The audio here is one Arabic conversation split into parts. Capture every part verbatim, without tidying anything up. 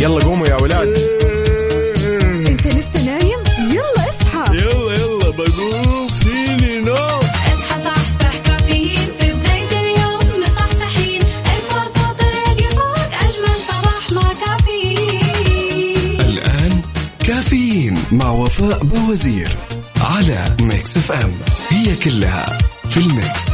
يلا قوموا يا ولاد. انت لسه نايم؟ يلا اصحى. يلا يلا بقوم فيني نوم. اصحى صحصح كافيين في بداية اليوم مصحصحين. ارفع صوت الراديو فوق أجمل صباح مع كافيين. الآن كافيين مع وفاء بوزير على ميكس اف ام. هي كلها في الميكس.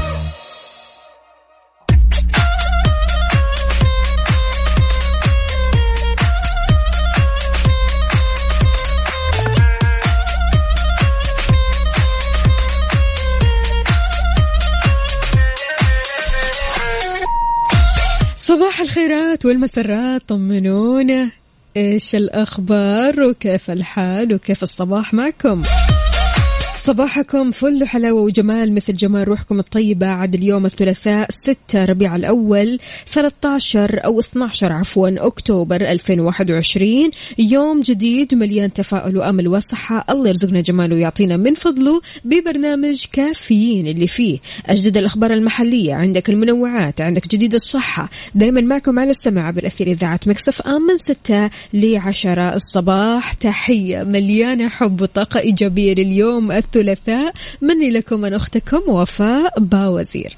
صباح الخيرات والمسرات، طمنونا إيش الأخبار وكيف الحال وكيف الصباح معكم. صباحكم فل حلاوة وجمال مثل جمال روحكم الطيبة. عاد اليوم الثلاثاء ستة ربيع الأول ثلاثة عشر أو اثنا عشر عفوا أكتوبر ألفين وواحد وعشرين. يوم جديد مليان تفاؤل وأمل وصحة. الله يرزقنا جماله ويعطينا من فضله ببرنامج كافيين اللي فيه أجدد الأخبار المحلية، عندك المنوعات، عندك جديد الصحة. دايما معكم على السماع بالأثير إذاعة ميكس اف ام من ستة لعشرة الصباح. تحية مليانة حب وطاقة إيجابية لليوم الثلاثاء مني لكم من أختكم وفاء باوزير.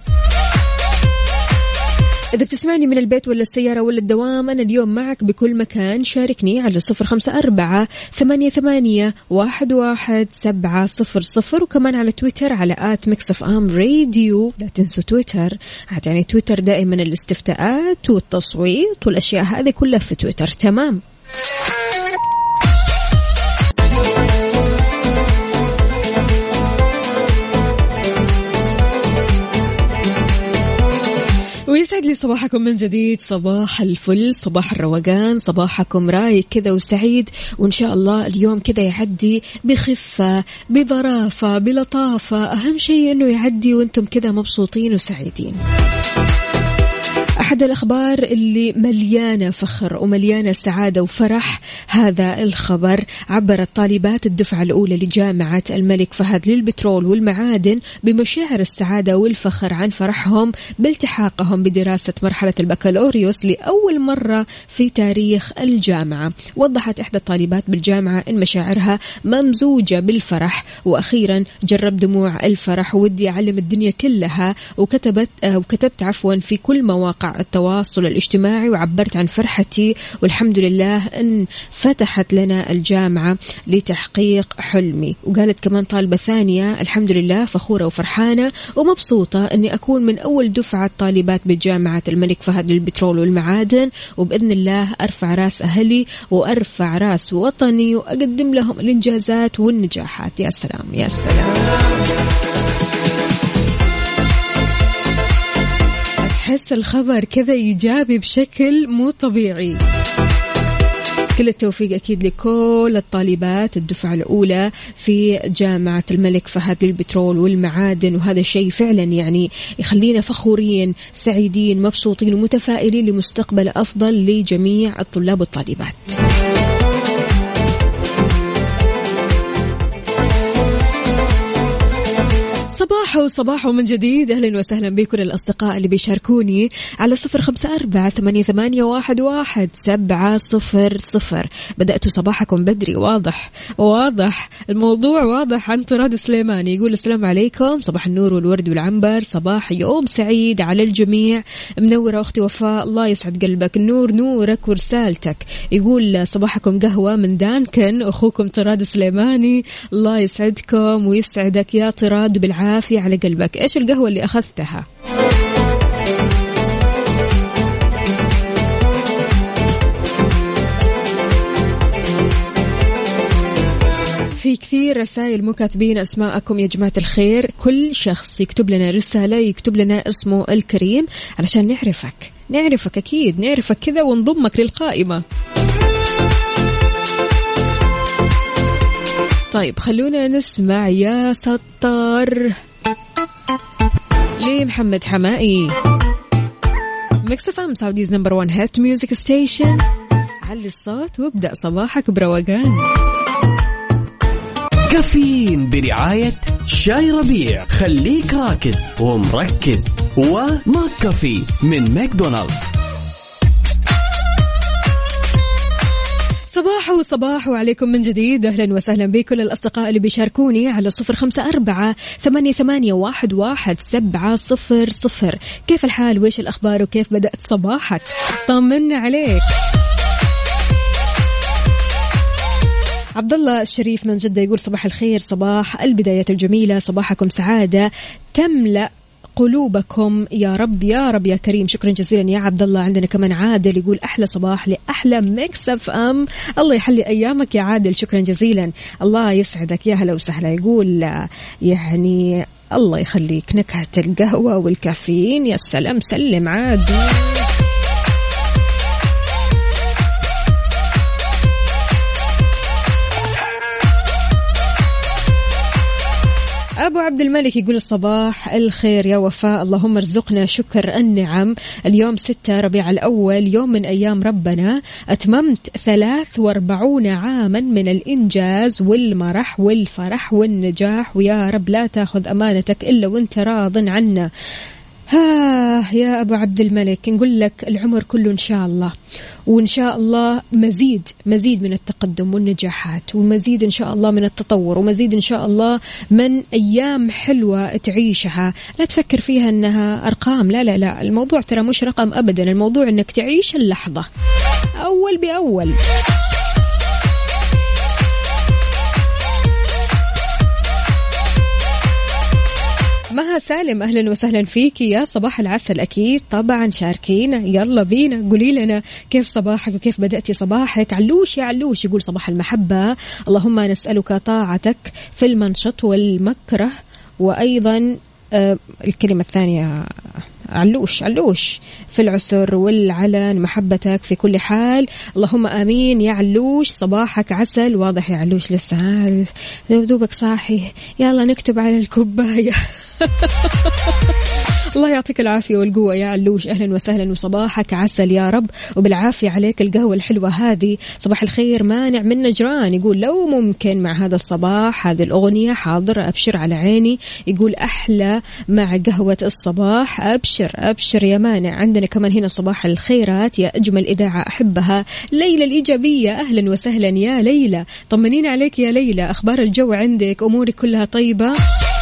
إذا بتسمعني من البيت ولا السيارة ولا الدوام، أنا اليوم معك بكل مكان. شاركني على صفر خمسة أربعة ثمانية ثمانية واحد واحد سبعة صفر صفر، وكمان على تويتر على آت ميكس اف ام راديو. لا تنسوا تويتر، يعني تويتر دائما الاستفتاءات والتصويت والأشياء هذه كلها في تويتر. تمام. ويسعد لي صباحكم من جديد. صباح الفل، صباح الروقان، صباحكم رايق كذا وسعيد، وإن شاء الله اليوم كذا يعدي بخفة بظرافة بلطافة. أهم شيء أنه يعدي وأنتم كذا مبسوطين وسعيدين. أحد الأخبار اللي مليانة فخر ومليانة سعادة وفرح هذا الخبر. عبرت طالبات الدفعة الأولى لجامعة الملك فهد للبترول والمعادن بمشاعر السعادة والفخر عن فرحهم بالتحاقهم بدراسة مرحلة البكالوريوس لأول مرة في تاريخ الجامعة. وضحت إحدى الطالبات بالجامعة إن مشاعرها ممزوجة بالفرح، وأخيرا جرب دموع الفرح ودي أعلم الدنيا كلها. وكتبت وكتبت عفوا في كل مواقع التواصل الاجتماعي وعبرت عن فرحتي، والحمد لله أن فتحت لنا الجامعة لتحقيق حلمي. وقالت كمان طالبة ثانية الحمد لله فخورة وفرحانة ومبسوطة أني أكون من أول دفعة طالبات بجامعة الملك فهد للبترول والمعادن، وبإذن الله أرفع راس أهلي وأرفع راس وطني وأقدم لهم الإنجازات والنجاحات. يا سلام يا سلام. أحس الخبر كذا إيجابي بشكل مو طبيعي. كل التوفيق أكيد لكل الطالبات الدفعة الأولى في جامعة الملك فهد للبترول والمعادن، وهذا الشيء فعلا يعني يخلينا فخورين سعيدين مبسوطين ومتفائلين لمستقبل أفضل لجميع الطلاب والطالبات. صباحو صباحو من جديد. أهلا وسهلا بكل الأصدقاء اللي بيشاركوني على صفر خمسة أربعة ثمانية ثمانية واحد واحد سبعة صفر صفر. بدأتوا صباحكم بدري، واضح واضح الموضوع واضح. عن طراد سليماني يقول السلام عليكم، صباح النور والورد والعنبر، صباح يوم سعيد على الجميع. منورة أختي وفاء، الله يسعد قلبك، النور نورك ورسالتك. يقول صباحكم قهوة من دانكن، أخوكم طراد سليماني. الله يسعدكم ويسعدك يا طراد بالعافية عافية على قلبك. إيش القهوة اللي أخذتها؟ في كثير رسائل مو كاتبين أسماءكم يا جماعة الخير. كل شخص يكتب لنا رسالة يكتب لنا اسمه الكريم علشان نعرفك نعرفك أكيد نعرفك كذا ونضمك للقائمة. طيب خلونا نسمع يا ستار ليه محمد حمائي. ميكس اف ام سعوديز نمبر وان هيت ميوزك ستيشن. علي الصوت وابدأ صباحك بروقان. كافيين برعاية شاي ربيع، خليك راكز ومركز، وماك كافي من ماكدونالدز. صباح وصباح وعليكم من جديد. أهلا وسهلا بكل الأصدقاء اللي بيشاركوني على صفر خمسة أربعة ثمانية ثمانية واحد واحد سبعة صفر صفر. كيف الحال وإيش الأخبار وكيف بدأت صباحك؟ طمنا عليك. عبد الله الشريف من جدة يقول صباح الخير، صباح البدايات الجميلة، صباحكم سعادة تملأ قلوبكم يا رب يا رب يا كريم. شكرا جزيلا يا عبد الله. عندنا كمان عادل يقول أحلى صباح لأحلى ميكس اف ام. الله يحلي أيامك يا عادل، شكرا جزيلا. الله يسعدك، يا هلا وسهلا. يقول يعني الله يخليك نكهة القهوة والكافيين، يا سلام سلم عادل. أبو عبد الملك يقول الصباح الخير يا وفاء، اللهم ارزقنا شكر النعم. اليوم ستة ربيع الأول، يوم من أيام ربنا، أتممت ثلاث واربعون عاما من الإنجاز والمرح والفرح والنجاح، ويا رب لا تأخذ أمانتك إلا وانت راض عنا. ها يا أبو عبد الملك نقول لك العمر كله إن شاء الله، وإن شاء الله مزيد مزيد من التقدم والنجاحات، ومزيد إن شاء الله من التطور، ومزيد إن شاء الله من أيام حلوة تعيشها. لا تفكر فيها أنها أرقام، لا لا لا، الموضوع ترى مش رقم أبدا، الموضوع أنك تعيش اللحظة أول بأول. مها سالم أهلا وسهلا فيك، يا صباح العسل. أكيد طبعا شاركينا، يلا بينا قولي لنا كيف صباحك وكيف بدأتي صباحك. علوش يا علوش يقول صباح المحبة، اللهم نسألك طاعتك في المنشط والمكره، وأيضا آه الكلمة الثانية علوش علوش في العسر والعلن، محبتك في كل حال، اللهم آمين يا علوش. صباحك عسل. واضح يا علوش لسه دوبك صاحي، يلا نكتب على الكوباية. الله يعطيك العافية والقوة يا علوش، أهلا وسهلا وصباحك عسل يا رب، وبالعافية عليك القهوة الحلوة هذه. صباح الخير مانع من نجران يقول لو ممكن مع هذا الصباح هذه الأغنية، حاضر أبشر على عيني. يقول أحلى مع قهوة الصباح، أبشر أبشر يا مانع. عندنا كمان هنا صباح الخيرات، يا أجمل إذاعة أحبها ليلى الإيجابية، أهلا وسهلا يا ليلى. طمنين عليك يا ليلى، أخبار الجو عندك، أمورك كلها طيبة؟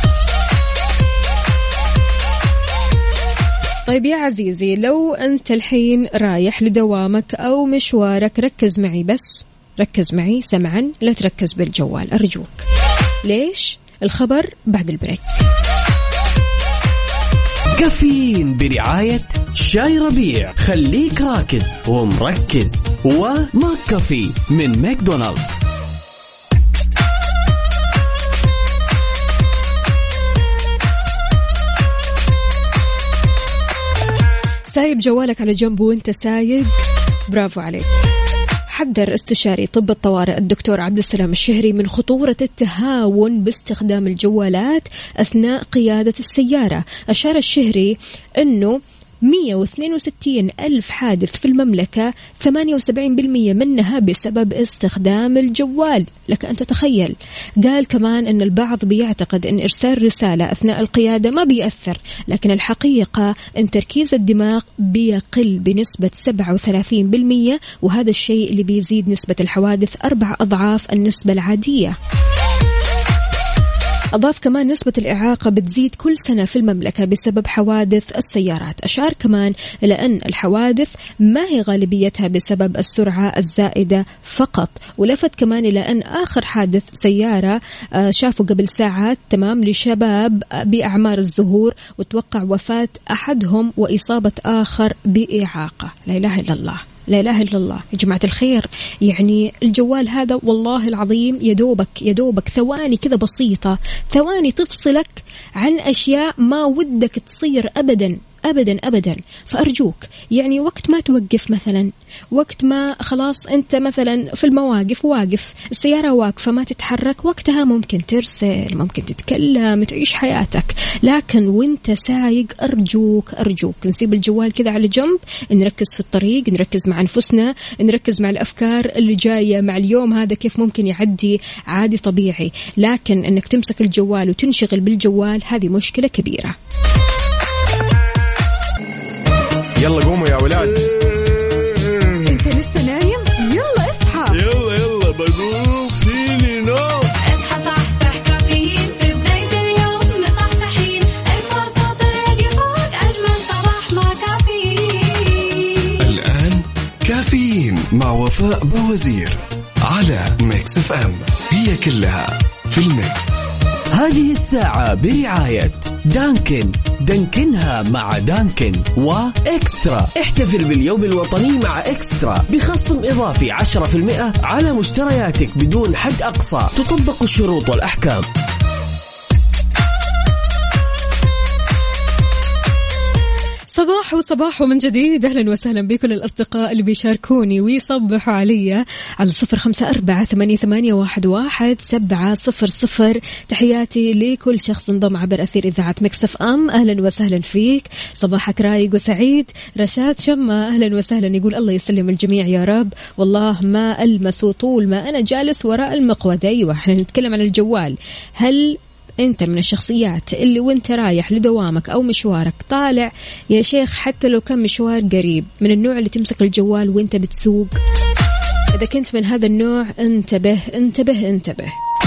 طيب يا عزيزي، لو أنت الحين رايح لدوامك أو مشوارك، ركز معي بس ركز معي سمعا، لا تركز بالجوال أرجوك. ليش؟ الخبر بعد البريك. كافيين برعاية شاي ربيع، خليك راكز ومركز، وماك كافي من ماكدونالدز. سايب جوالك على جنب وانت سايق؟ برافو عليك. حذر استشاري طب الطوارئ الدكتور عبد السلام الشهري من خطورة التهاون باستخدام الجوالات أثناء قيادة السيارة. أشار الشهري أنه مئة واثنين وستين ألف حادث في المملكة، ثمانية وسبعين بالمئة منها بسبب استخدام الجوال. لك أن تتخيل. قال كمان أن البعض بيعتقد أن إرسال رسالة أثناء القيادة ما بيأثر، لكن الحقيقة أن تركيز الدماغ بيقل بنسبة سبعة وثلاثين بالمئة، وهذا الشيء اللي بيزيد نسبة الحوادث أربع أضعاف النسبة العادية. أضاف كمان نسبة الإعاقة بتزيد كل سنة في المملكة بسبب حوادث السيارات. أشار كمان إلى أن الحوادث ما هي غالبيتها بسبب السرعة الزائدة فقط، ولفت كمان إلى أن آخر حادث سيارة شافوا قبل ساعات تمام لشباب بأعمار الزهور، وتوقع وفاة أحدهم وإصابة آخر بإعاقة. لا إله إلا الله، لا إله إلا الله يا جماعة الخير. يعني الجوال هذا والله العظيم يدوبك يدوبك ثواني كذا بسيطة، ثواني تفصلك عن أشياء ما ودك تصير أبدا أبدا أبدا. فأرجوك يعني وقت ما توقف مثلا، وقت ما خلاص أنت مثلا في المواقف واقف، السيارة واقفة ما تتحرك، وقتها ممكن ترسل، ممكن تتكلم، تعيش حياتك. لكن وانت سايق أرجوك أرجوك نسيب الجوال كذا على جنب، نركز في الطريق، نركز مع أنفسنا، نركز مع الأفكار اللي جاية، مع اليوم هذا كيف ممكن يعدي عادي طبيعي. لكن أنك تمسك الجوال وتنشغل بالجوال هذه مشكلة كبيرة. يلا قوموا يا ولاد. انت لسه نايم؟ يلا اصحى. يلا يلا مع وفاء بوزير على ميكس اف ام. هي كلها في الميكس. هذه الساعة برعاية دانكن، دانكنها مع دانكن، وإكسترا. احتفل باليوم الوطني مع إكسترا بخصم إضافي عشرة بالمئة على مشترياتك بدون حد أقصى. تطبق الشروط والأحكام. صباح وصباح من جديد. أهلا وسهلا بكل الأصدقاء اللي بيشاركوني ويصبحوا علي على صفر خمسة أربعة ثمانية ثمانية واحد واحد سبعة صفر صفر. تحياتي لكل شخص انضم عبر أثير إذاعة ميكس اف ام. أهلا وسهلا فيك، صباحك رايق وسعيد. رشاد شمة أهلا وسهلا، يقول الله يسلم الجميع يا رب، والله ما ألمسه طول ما أنا جالس وراء المقود. أيوة احنا نتكلم عن الجوال. هل أنت من الشخصيات اللي وانت رايح لدوامك أو مشوارك طالع يا شيخ حتى لو كان مشوار قريب من النوع اللي تمسك الجوال وانت بتسوق؟ إذا كنت من هذا النوع انتبه انتبه انتبه.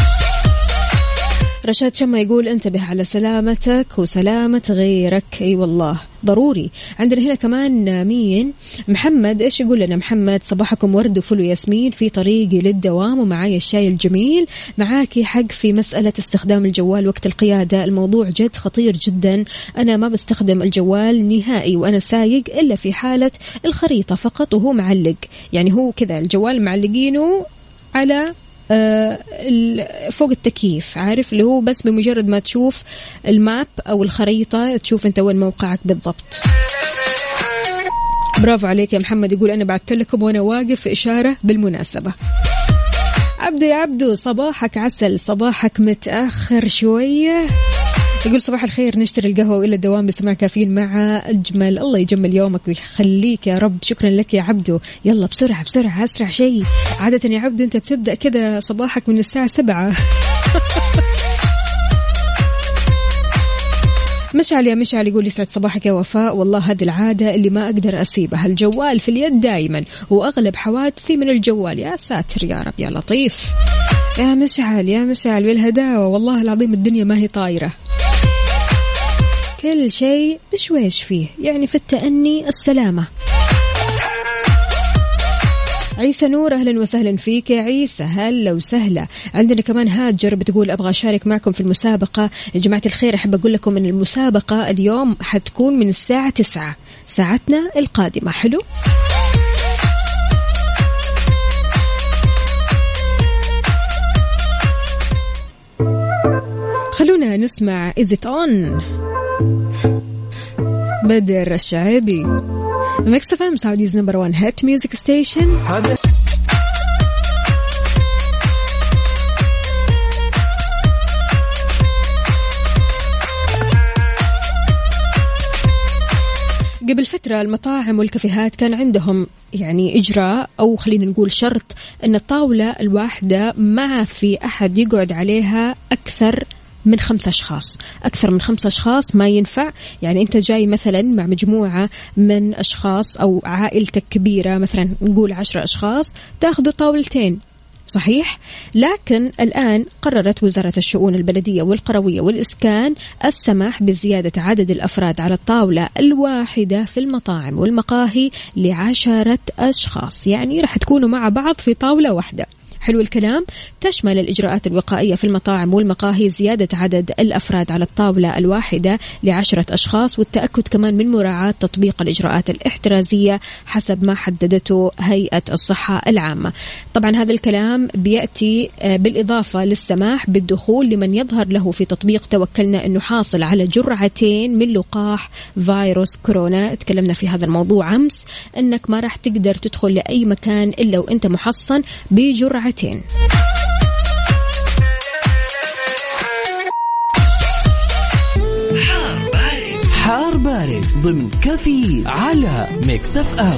رشاد شما يقول انتبه على سلامتك وسلامة غيرك. اي أيوة والله ضروري. عندنا هنا كمان مين؟ محمد. ايش يقول لنا محمد؟ صباحكم ورد وفل وياسمين، في طريقي للدوام ومعاي الشاي الجميل. معاكي حق في مسألة استخدام الجوال وقت القيادة، الموضوع جد خطير جدا. أنا ما بستخدم الجوال نهائي وأنا سايق إلا في حالة الخريطة فقط وهو معلق، يعني هو كذا الجوال معلقينه على آه فوق التكييف، عارف اللي هو بس بمجرد ما تشوف الماب أو الخريطة تشوف أنت وين موقعك بالضبط. برافو عليك يا محمد. يقول أنا بعت لكم وأنا واقف في إشارة بالمناسبة. عبدو يا عبدو صباحك عسل، صباحك متأخر شوية. يقول صباح الخير، نشتري القهوة وإلى الدوام بسماع كافيين مع أجمل. الله يجمل يومك ويخليك يا رب. شكرا لك يا عبدو. يلا بسرعة بسرعة أسرع شيء. عادة يا عبدو أنت بتبدأ كذا صباحك من الساعة سبعة. مشعل يا مشعل يقول يسعد صباحك يا وفاء، والله هذه العادة اللي ما أقدر أسيبها، الجوال في اليد دائما وأغلب حوادثي من الجوال. يا ساتر يا رب يا لطيف. يا مشعل يا مشعل والهداوة، والله العظيم الدنيا ما هي طايرة، كل شيء بشويش فيه، يعني في التأني السلامة. عيسى نور أهلا وسهلا فيك يا عيسى، هلا وسهلا. عندنا كمان هاجر بتقول أبغى أشارك معكم في المسابقة. يا جماعة الخير أحب أقول لكم أن المسابقة اليوم حتكون من الساعة تسعة ساعتنا القادمة. حلو؟ خلونا نسمع Is It On بدر الشعبي. ميكس اف ام سعوديز نمبر وان هيت ميوزك ستيشن. قبل فترة المطاعم والكافيهات كان عندهم يعني إجراء أو خلينا نقول شرط أن الطاولة الواحدة ما في أحد يقعد عليها أكثر من خمسة أشخاص. أكثر من خمسة أشخاص ما ينفع. يعني أنت جاي مثلا مع مجموعة من أشخاص أو عائلتك كبيرة مثلا نقول عشرة أشخاص تأخذوا طاولتين، صحيح؟ لكن الآن قررت وزارة الشؤون البلدية والقروية والإسكان السماح بزيادة عدد الأفراد على الطاولة الواحدة في المطاعم والمقاهي لعشرة أشخاص، يعني رح تكونوا مع بعض في طاولة واحدة. حلو الكلام. تشمل الإجراءات الوقائية في المطاعم والمقاهي زيادة عدد الأفراد على الطاولة الواحدة لعشرة أشخاص، والتأكد كمان من مراعاة تطبيق الإجراءات الاحترازية حسب ما حددته هيئة الصحة العامة. طبعا هذا الكلام بيأتي بالإضافة للسماح بالدخول لمن يظهر له في تطبيق توكلنا أنه حاصل على جرعتين من لقاح فيروس كورونا. تكلمنا في هذا الموضوع أمس، أنك ما راح تقدر تدخل لأي مكان إلا وأنت محصن بجرعتين. حار بارد ضمن كافيين على ميكس اف ام.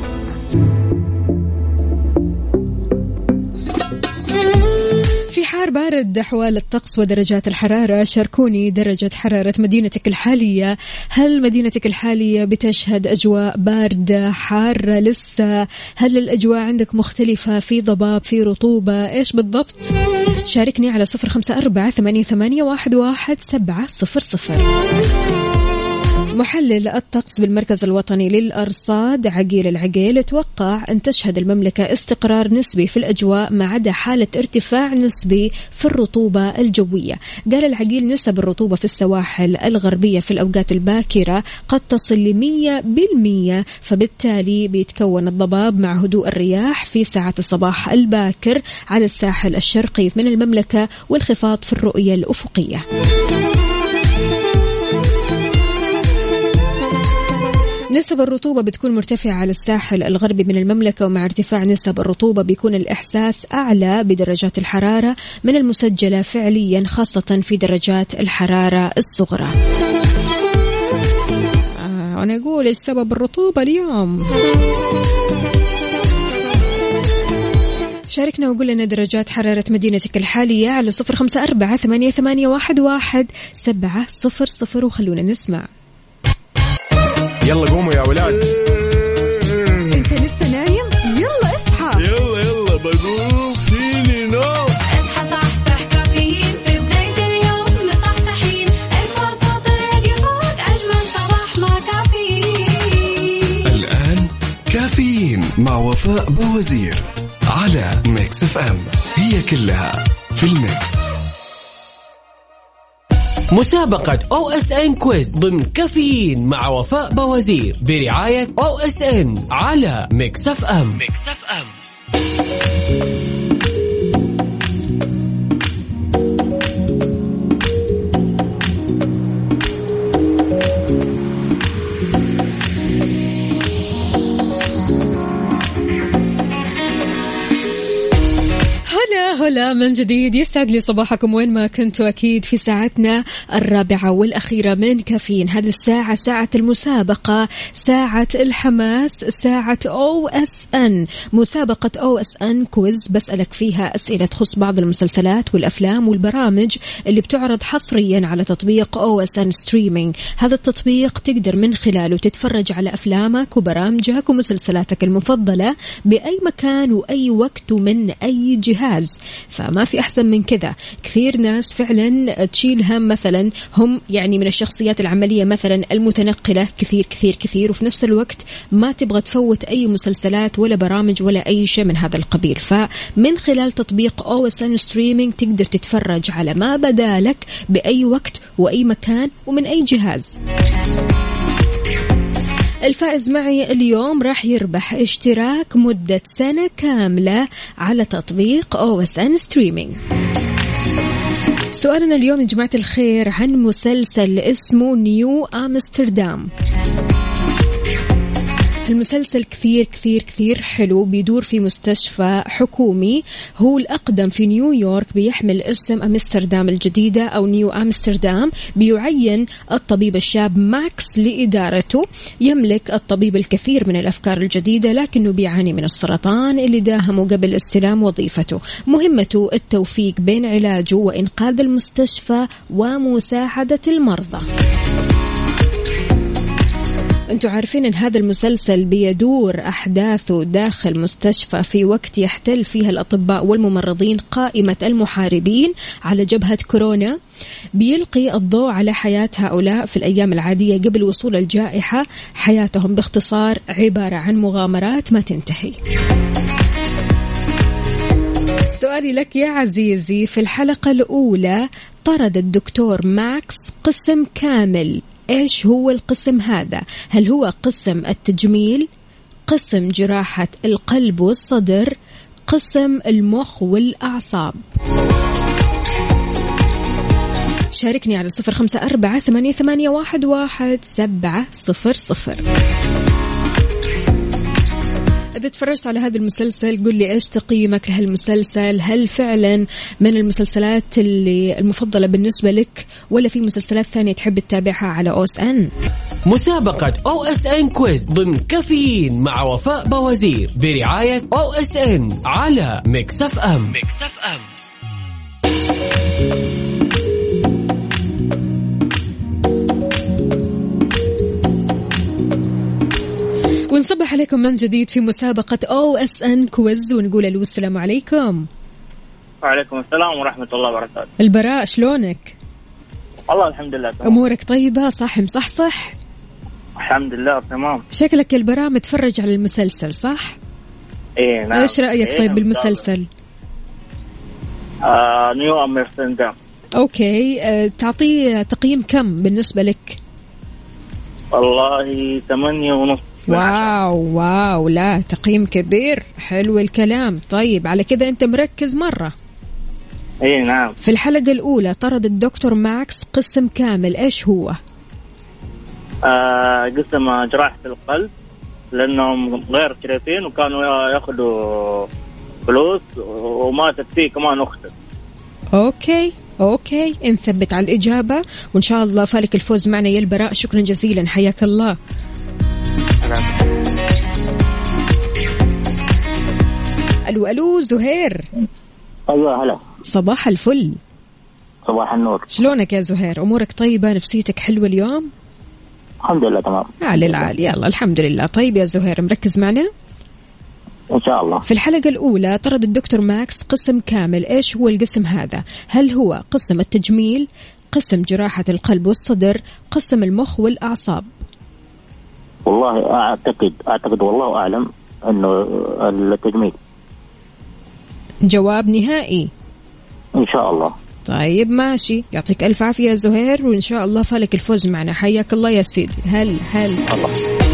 في حار بارد أحوال الطقس ودرجات الحرارة. شاركوني درجة حرارة مدينتك الحالية. هل مدينتك الحالية بتشهد أجواء باردة حارة لسه؟ هل الأجواء عندك مختلفة، في ضباب، في رطوبة، إيش بالضبط؟ شاركني على صفر خمسة أربعة ثمانية ثمانية واحد واحد سبعة صفر صفر. محلل الطقس بالمركز الوطني للأرصاد عقيل العقيل توقع أن تشهد المملكة استقرار نسبي في الأجواء ما عدا حالة ارتفاع نسبي في الرطوبة الجوية. قال العقيل نسب الرطوبة في السواحل الغربية في الأوقات الباكرة قد تصل لمية بالمية، فبالتالي بيتكون الضباب مع هدوء الرياح في ساعات الصباح الباكر على الساحل الشرقي من المملكة وانخفاض في الرؤية الأفقية. نسب الرطوبة بتكون مرتفعة على الساحل الغربي من المملكة، ومع ارتفاع نسب الرطوبة بيكون الإحساس أعلى بدرجات الحرارة من المسجلة فعليا، خاصة في درجات الحرارة الصغرى. آه أنا أقول السبب الرطوبة اليوم. شاركنا وقول لنا درجات حرارة مدينتك الحالية على صفر خمسة أربعة ثمانية ثمانية واحد واحد سبعة صفر صفر وخلونا نسمع. يلا قوموا يا ولاد. انت لسه نايم؟ يلا اصحى. يلا يلا بقوم فيني نوم. اصحى صحصح كافيين في بداية اليوم مصحصحين، ارفع صوت الراديو فوق أجمل صباح مع كافيين. الآن كافيين مع وفاء بوزير على ميكس اف ام، هي كلها في الميكس. مسابقة أو إس إن كويز ضمن كافيين مع وفاء بوزير برعاية أو إس إن على ميكس اف ام. ميكس اف ام. هلا من جديد، يسعد لي صباحكم وين ما كنتوا. أكيد في ساعتنا الرابعة والأخيرة من كافيين. هذه الساعة ساعة المسابقة، ساعة الحماس، ساعة أو إس إن. مسابقة أو إس إن كويز بسألك فيها أسئلة تخص بعض المسلسلات والأفلام والبرامج اللي بتعرض حصريا على تطبيق أو إس إن ستريمينج. هذا التطبيق تقدر من خلاله تتفرج على أفلامك وبرامجك ومسلسلاتك المفضلة بأي مكان وأي وقت ومن أي جهاز. فما في أحسن من كذا. كثير ناس فعلا تشيل هم مثلا هم يعني من الشخصيات العملية مثلا المتنقلة كثير كثير كثير، وفي نفس الوقت ما تبغى تفوت أي مسلسلات ولا برامج ولا أي شيء من هذا القبيل. فمن خلال تطبيق أو إس إن ستريمينج تقدر تتفرج على ما بدالك بأي وقت وأي مكان ومن أي جهاز. الفائز معي اليوم راح يربح اشتراك مدة سنة كاملة على تطبيق أو إس إن ستريمينج. سؤالنا اليوم يا جماعة الخير عن مسلسل اسمه نيو أمستردام. المسلسل كثير كثير كثير حلو، بيدور في مستشفى حكومي هو الأقدم في نيويورك، بيحمل اسم أمستردام الجديدة أو نيو أمستردام. بيعين الطبيب الشاب ماكس لإدارته. يملك الطبيب الكثير من الأفكار الجديدة لكنه بيعاني من السرطان اللي داهمه قبل استلام وظيفته. مهمته التوفيق بين علاجه وإنقاذ المستشفى ومساعدة المرضى. أنتوا عارفين أن هذا المسلسل بيدور أحداثه داخل مستشفى في وقت يحتل فيها الأطباء والممرضين قائمة المحاربين على جبهة كورونا. بيلقي الضوء على حياة هؤلاء في الأيام العادية قبل وصول الجائحة. حياتهم باختصار عبارة عن مغامرات ما تنتهي. سؤالي لك يا عزيزي، في الحلقة الأولى طرد الدكتور ماكس قسم كامل. إيش هو القسم هذا؟ هل هو قسم التجميل، قسم جراحة القلب والصدر، قسم المخ والأعصاب؟ شاركني على صفر خمسة أربعة ثمانية ثمانية واحد واحد سبعة صفر صفر. إذا تفرجت على هذا المسلسل قل لي إيش تقييمك لهالمسلسل. هل فعلا من المسلسلات اللي المفضلة بالنسبة لك، ولا في مسلسلات ثانية تحب تتابعها على أو إس إن؟ مسابقة أو إس إن كويز ضمن كافيين مع وفاء بوزير برعاية أو إس إن على ميكس اف ام. ميكس اف ام. ونصبح عليكم من جديد في مسابقة أو إس إن كويز، ونقول له السلام عليكم. وعليكم السلام ورحمة الله وبركاته. البراء شلونك؟ الله الحمد لله. أمورك طيبة؟ صح مصح صح؟ الحمد لله تمام. شكلك البراء متفرج على المسلسل صح؟ ايه نعم. ايش رأيك إيه طيب نعم. بالمسلسل؟ آه نيو أمستردام. اوكي أه تعطيه تقييم كم بالنسبة لك؟ والله ثمانية ونص. واو واو، لا تقييم كبير، حلو الكلام. طيب على كذا انت مركز مرة. ايه نعم. في الحلقة الأولى طرد الدكتور ماكس قسم كامل، ايش هو؟ آه قسم جراحة القلب، لأنهم غير شريفين وكانوا ياخذوا فلوس وماتت فيه كمان أخته. اوكي اوكي نثبت على الإجابة وإن شاء الله فالك الفوز معنا يا البراء. شكرا جزيلا، حياك الله. ألو ألو زهير. أيوة هلا. صباح الفل. صباح النور. شلونك يا زهير؟ أمورك طيبة؟ نفسيتك حلوة اليوم؟ الحمد لله تمام. على العال، يلا الحمد لله. طيب يا زهير مركز معنا؟ إن شاء الله. في الحلقة الأولى طرد الدكتور ماكس قسم كامل، إيش هو القسم هذا؟ هل هو قسم التجميل، قسم جراحة القلب والصدر، قسم المخ والأعصاب؟ والله أعتقد أعتقد والله أعلم إنه التجميل. جواب نهائي؟ إن شاء الله. طيب ماشي، يعطيك ألف عافية يا زهير وإن شاء الله فالك الفوز معنا. حياك الله يا سيدي. هل هل الله.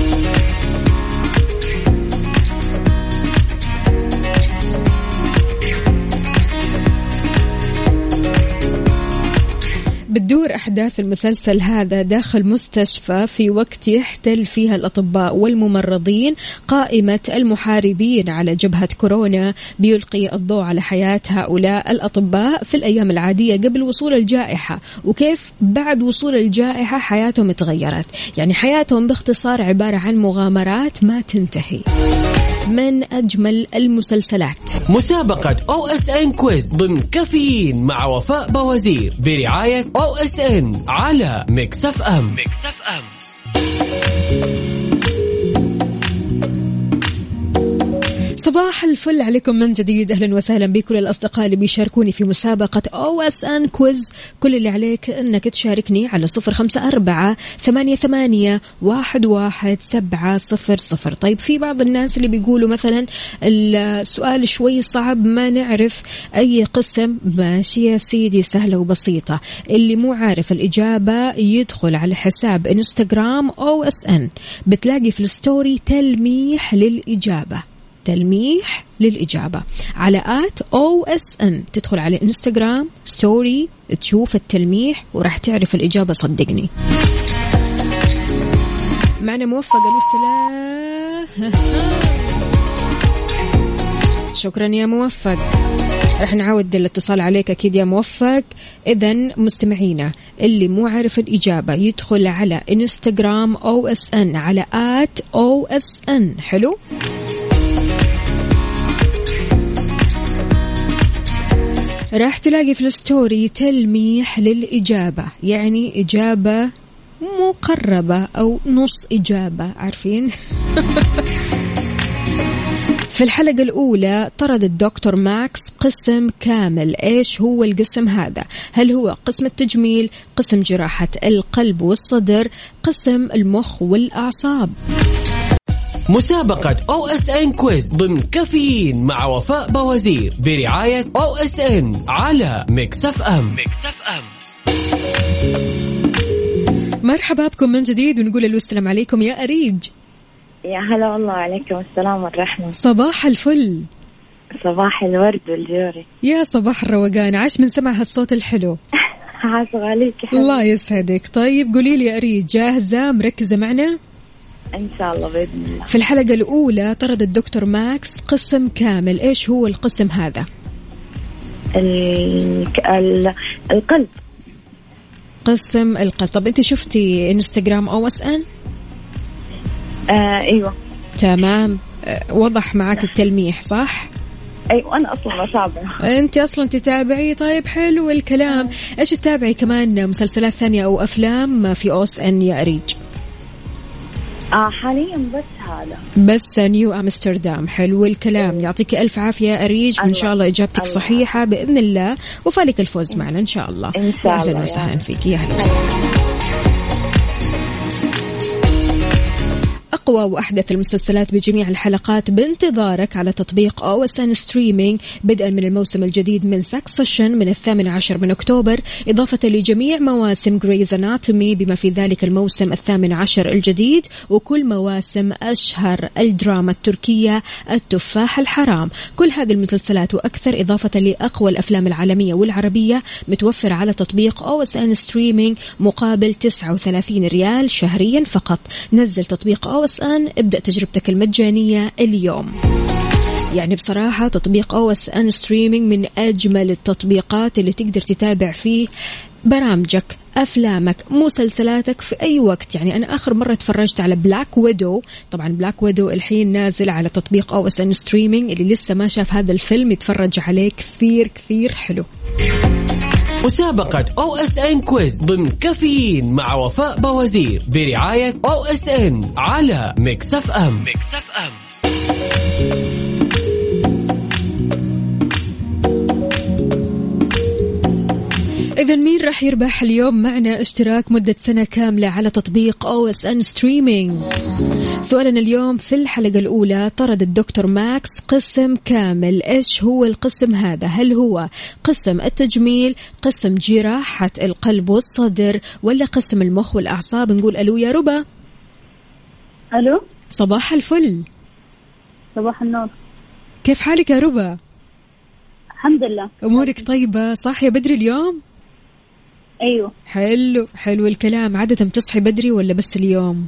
بتدور أحداث المسلسل هذا داخل مستشفى في وقت يحتل فيها الأطباء والممرضين قائمة المحاربين على جبهة كورونا، بيلقي الضوء على حياة هؤلاء الأطباء في الأيام العادية قبل وصول الجائحة، وكيف بعد وصول الجائحة حياتهم تغيرت. يعني حياتهم باختصار عبارة عن مغامرات ما تنتهي. من أجمل المسلسلات مسابقة أو إس إن كويز ضمن كافيين مع وفاء بوزير برعاية أو إس إن على ميكس إف إم. ميكس إف إم. صباح الفل عليكم من جديد، أهلا وسهلا بكل الأصدقاء اللي بيشاركوني في مسابقة أو إس إن كويز. كل اللي عليك أنك تشاركني على صفر خمسة أربعة ثمانية ثمانية واحد واحد سبعة صفر صفر. طيب في بعض الناس اللي بيقولوا مثلا السؤال شوي صعب ما نعرف أي قسم. ماشي يا سيدي، سهلة وبسيطة. اللي مو عارف الإجابة يدخل على حساب إنستغرام أو إس إن، بتلاقي في الستوري تلميح للإجابة، تلميح للإجابة على آت أو إس إن. تدخل على إنستغرام ستوري تشوف التلميح وراح تعرف الإجابة، صدقني. معنا موفق. ألو السلام. شكرا يا موفق، رح نعود الاتصال عليك أكيد يا موفق. إذن مستمعينا اللي مو عارف الإجابة يدخل على إنستغرام أو إس إن على آت أو إس إن. حلو. راح تلاقي في الستوري تلميح للإجابة، يعني إجابة مقربة أو نص إجابة، عارفين؟ في الحلقة الأولى طرد الدكتور ماكس قسم كامل، إيش هو القسم هذا؟ هل هو قسم التجميل، قسم جراحة القلب والصدر، قسم المخ والأعصاب؟ مسابقة أو إس إن كويز ضمن كافيين مع وفاء بوزير برعاية أو إس إن على ميكس إف إم. ميكس إف إم. مرحبا بكم من جديد ونقول له السلام عليكم يا أريج. يا هلا والله، عليكم السلام والرحمة. صباح الفل. صباح الورد والجوري. يا صباح الروقان، عاش من سمع هالصوت الحلو. عاشق عليك. الله يسعدك. طيب قولي لي يا أريج، جاهزة مركزة معنا؟ إن شاء الله بإذن الله. في الحلقة الأولى طرد الدكتور ماكس قسم كامل، إيش هو القسم هذا؟ ال... ال... القلب. قسم القلب. طب أنت شفتي إنستغرام أو إس إن؟ آه أيوة تمام. آه وضح معك التلميح صح؟ أيوة أنا أصلا أتابع. أنت أصلا تتابعي. طيب حلو الكلام. إيش تتابعي كمان مسلسلات ثانية أو أفلام في أو إس إن يا أريج؟ آه حاليا بس هذا، بس نيو أمستردام. حلو الكلام، يعطيك ألف عافية يا أريج، وإن شاء الله إجابتك الله. صحيحة بإذن الله، وفالك الفوز معنا إن شاء الله. إن شاء الله. أهلا وسهلا فيك. يا هلا. أقوى وأحدث المسلسلات بجميع الحلقات بانتظارك على تطبيق أو إس إن ستريمينج بدءا من الموسم الجديد من سكسيشن من الثامن عشر من أكتوبر، إضافة لجميع مواسم غريز أناتومي بما في ذلك الموسم الثامن عشر الجديد، وكل مواسم أشهر الدراما التركية التفاح الحرام. كل هذه المسلسلات وأكثر إضافة لأقوى الأفلام العالمية والعربية متوفرة على تطبيق أو إس إن ستريمينج مقابل تسعة وثلاثين ريال شهريا فقط. نزل تطبيق أو إس إن، ابدأ تجربتك المجانية اليوم. يعني بصراحة تطبيق أو إس إن ستريمينج من أجمل التطبيقات اللي تقدر تتابع فيه برامجك، أفلامك، مسلسلاتك في أي وقت. يعني أنا آخر مرة تفرجت على بلاك ويدو، طبعا بلاك ويدو الحين نازل على تطبيق أو إس إن ستريمينج، اللي لسه ما شاف هذا الفيلم يتفرج عليه، كثير كثير حلو. مسابقة أو إس إن كويز ضمن كافيين مع وفاء بوزير برعاية أو إس إن على ميكس إف إم. ميكس إف إم. إذا مين راح يربح اليوم معنا اشتراك مدة سنة كاملة على تطبيق أو إس إن ستريمينج؟ سؤالنا اليوم في الحلقة الأولى طرد الدكتور ماكس قسم كامل، إيش هو القسم هذا؟ هل هو قسم التجميل، قسم جراحة القلب والصدر، ولا قسم المخ والأعصاب؟ نقول ألو يا ربا. ألو، صباح الفل. صباح النور، كيف حالك يا ربا؟ الحمد لله. أمورك طيبة؟ صاحية بدري اليوم؟ أيوه. حلو حلو الكلام. عادة تصحي بدري ولا بس اليوم؟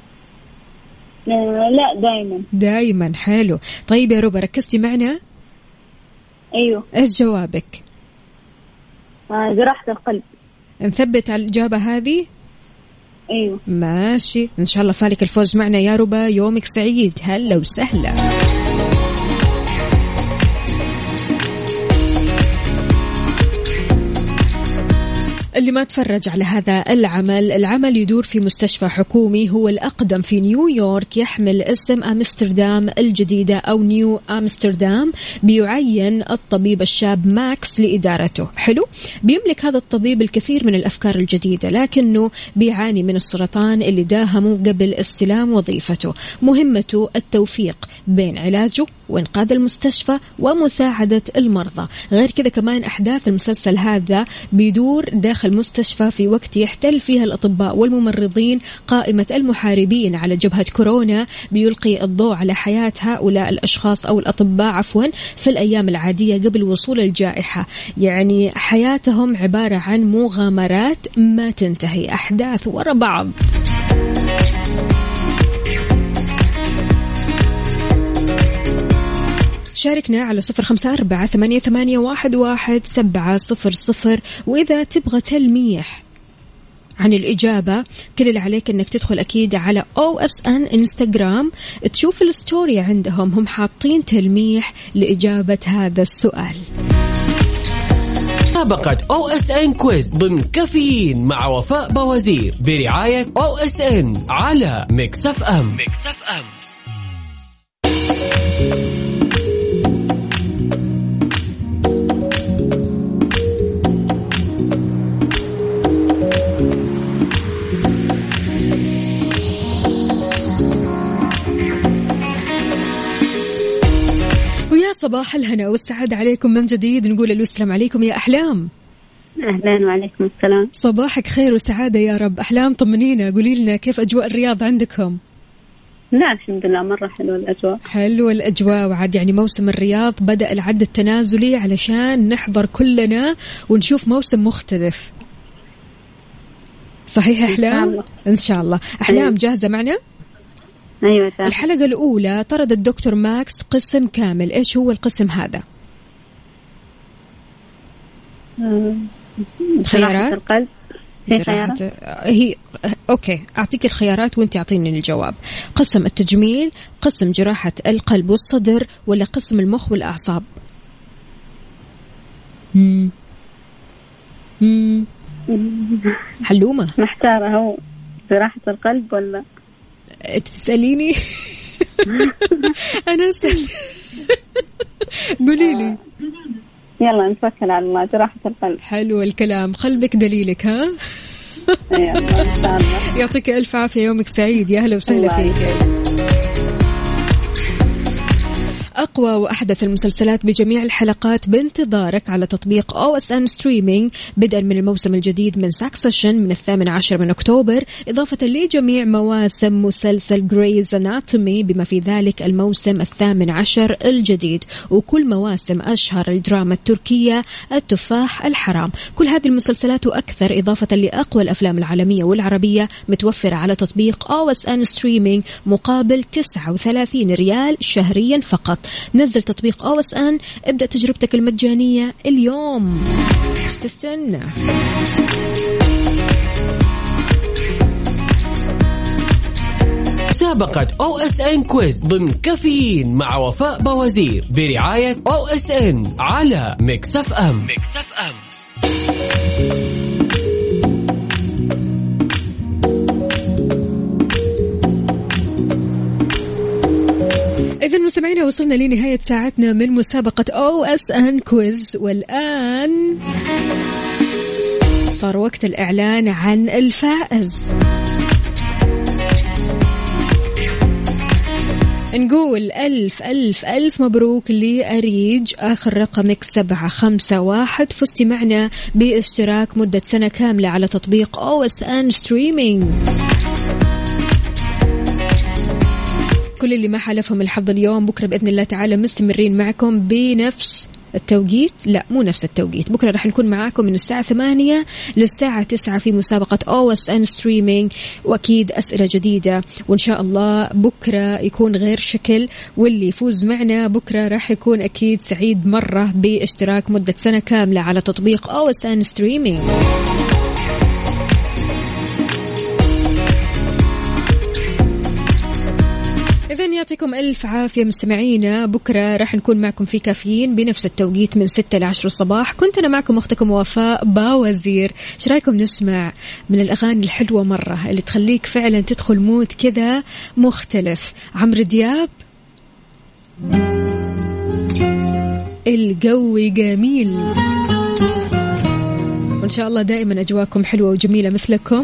آه لا، دايما. دايما. حلو. طيب يا ربا ركزتي معنا؟ أيوه. إيش جوابك؟ آه جراحة القلب. نثبت على الإجابة هذه؟ أيوه. ماشي، إن شاء الله فالك الفوز معنا يا ربا. يومك سعيد. هلا وسهلا. اللي ما تفرج على هذا العمل، العمل يدور في مستشفى حكومي هو الأقدم في نيويورك، يحمل اسم أمستردام الجديدة أو نيو أمستردام. بيعين الطبيب الشاب ماكس لإدارته. حلو. بيملك هذا الطبيب الكثير من الأفكار الجديدة، لكنه بيعاني من السرطان اللي داهمه قبل استلام وظيفته. مهمته التوفيق بين علاجه وإنقاذ المستشفى ومساعدة المرضى. غير كذا كمان أحداث المسلسل هذا بيدور داخل المستشفى في وقت يحتل فيها الأطباء والممرضين قائمة المحاربين على جبهة كورونا، بيلقي الضوء على حياة هؤلاء الأشخاص أو الأطباء عفوا في الأيام العادية قبل وصول الجائحة. يعني حياتهم عبارة عن مغامرات ما تنتهي، أحداث ورا بعض. شاركنا على صفر خمسة أربعة ثمانية ثمانية واحد واحد سبعة صفر صفر. وإذا تبغى تلميح عن الإجابة، كل اللي عليك أنك تدخل أكيد على أو إس إن إنستغرام، تشوف الستوري عندهم هم حاطين تلميح لإجابة هذا السؤال. مسابقة أو إس إن كويز ضمن كافيين مع وفاء بوزير برعاية أو إس إن على ميكس إف إم. ميكس إف إم. صباح الهنا والسعادة عليكم من جديد. نقول له السلام عليكم يا أحلام. أهلا وعليكم السلام. صباحك خير وسعادة يا رب. أحلام طمنينا، قولي لنا كيف أجواء الرياض عندكم؟ لا الحمد لله مرة حلوة الأجواء. حلوة الأجواء، وعاد يعني موسم الرياض بدأ العد التنازلي علشان نحضر كلنا ونشوف موسم مختلف. صحيح أحلام؟ إن شاء الله. أحلام جاهزة معنا؟ أيوة. الحلقة الأولى طرد الدكتور ماكس قسم كامل، إيش هو القسم هذا؟ خيارات القلب. خيارات هي أوكي، أعطيك الخيارات وأنت أعطيني الجواب. قسم التجميل، قسم جراحة القلب والصدر، ولا قسم المخ والأعصاب؟ مم. مم. حلومة محتارة، هو جراحة القلب ولا تسأليني؟ أنا أسأل. قولي لي. يلا نتوكل على الله. جراحة القلب. حلو الكلام، قلبك دليلك. ها يلا إن شاء الله. يعطيك ألف عافية، يومك سعيد. يا هلا وسهلا فيك. أقوى وأحدث المسلسلات بجميع الحلقات بانتظارك على تطبيق أو إس إن ستريمينج بدءا من الموسم الجديد من ساكسيشن من الثامن عشر من أكتوبر، إضافة لجميع مواسم مسلسل جريز أناتومي بما في ذلك الموسم الثامن عشر الجديد، وكل مواسم أشهر الدراما التركية التفاح الحرام. كل هذه المسلسلات وأكثر إضافة لأقوى الأفلام العالمية والعربية متوفرة على تطبيق أو إس إن ستريمينج مقابل تسعة وثلاثين ريال شهريا فقط. نزل تطبيق أو إس إن، ابدأ تجربتك المجانية اليوم، ايش تستنى؟ مسابقة أو إس إن كويز ضمن كافيين مع وفاء بوازير برعاية أو إس إن على ميكس إف إم. ميكس إف إم. إذن مستمعينا وصلنا لنهاية ساعتنا من مسابقة أو إس إن كويز، والآن صار وقت الإعلان عن الفائز. نقول ألف ألف ألف مبروك لأريج، آخر رقمك سبعة خمسة واحد، فزتي معنا باشتراك مدة سنة كاملة على تطبيق أو إس إن ستريمينج. كل اللي ما حالفهم الحظ اليوم بكرة بإذن الله تعالى مستمرين معكم بنفس التوقيت، لا مو نفس التوقيت، بكرة رح نكون معاكم من الساعة ثمانية للساعة تسعة في مسابقة أو إس إن ستريمينج، وأكيد أسئلة جديدة، وإن شاء الله بكرة يكون غير شكل، واللي يفوز معنا بكرة رح يكون أكيد سعيد مرة باشتراك مدة سنة كاملة على تطبيق أو إس إن ستريمينج. إذن يعطيكم ألف عافية مستمعينا، بكرة راح نكون معكم في كافيين بنفس التوقيت من ستة لعشر الصباح. كنت أنا معكم أختكم وفاء باوزير. إيش رأيكم نسمع من الأغاني الحلوة مرة اللي تخليك فعلا تدخل مود كذا مختلف؟ عمرو دياب، الجو جميل، وإن شاء الله دائما أجواكم حلوة وجميلة مثلكم.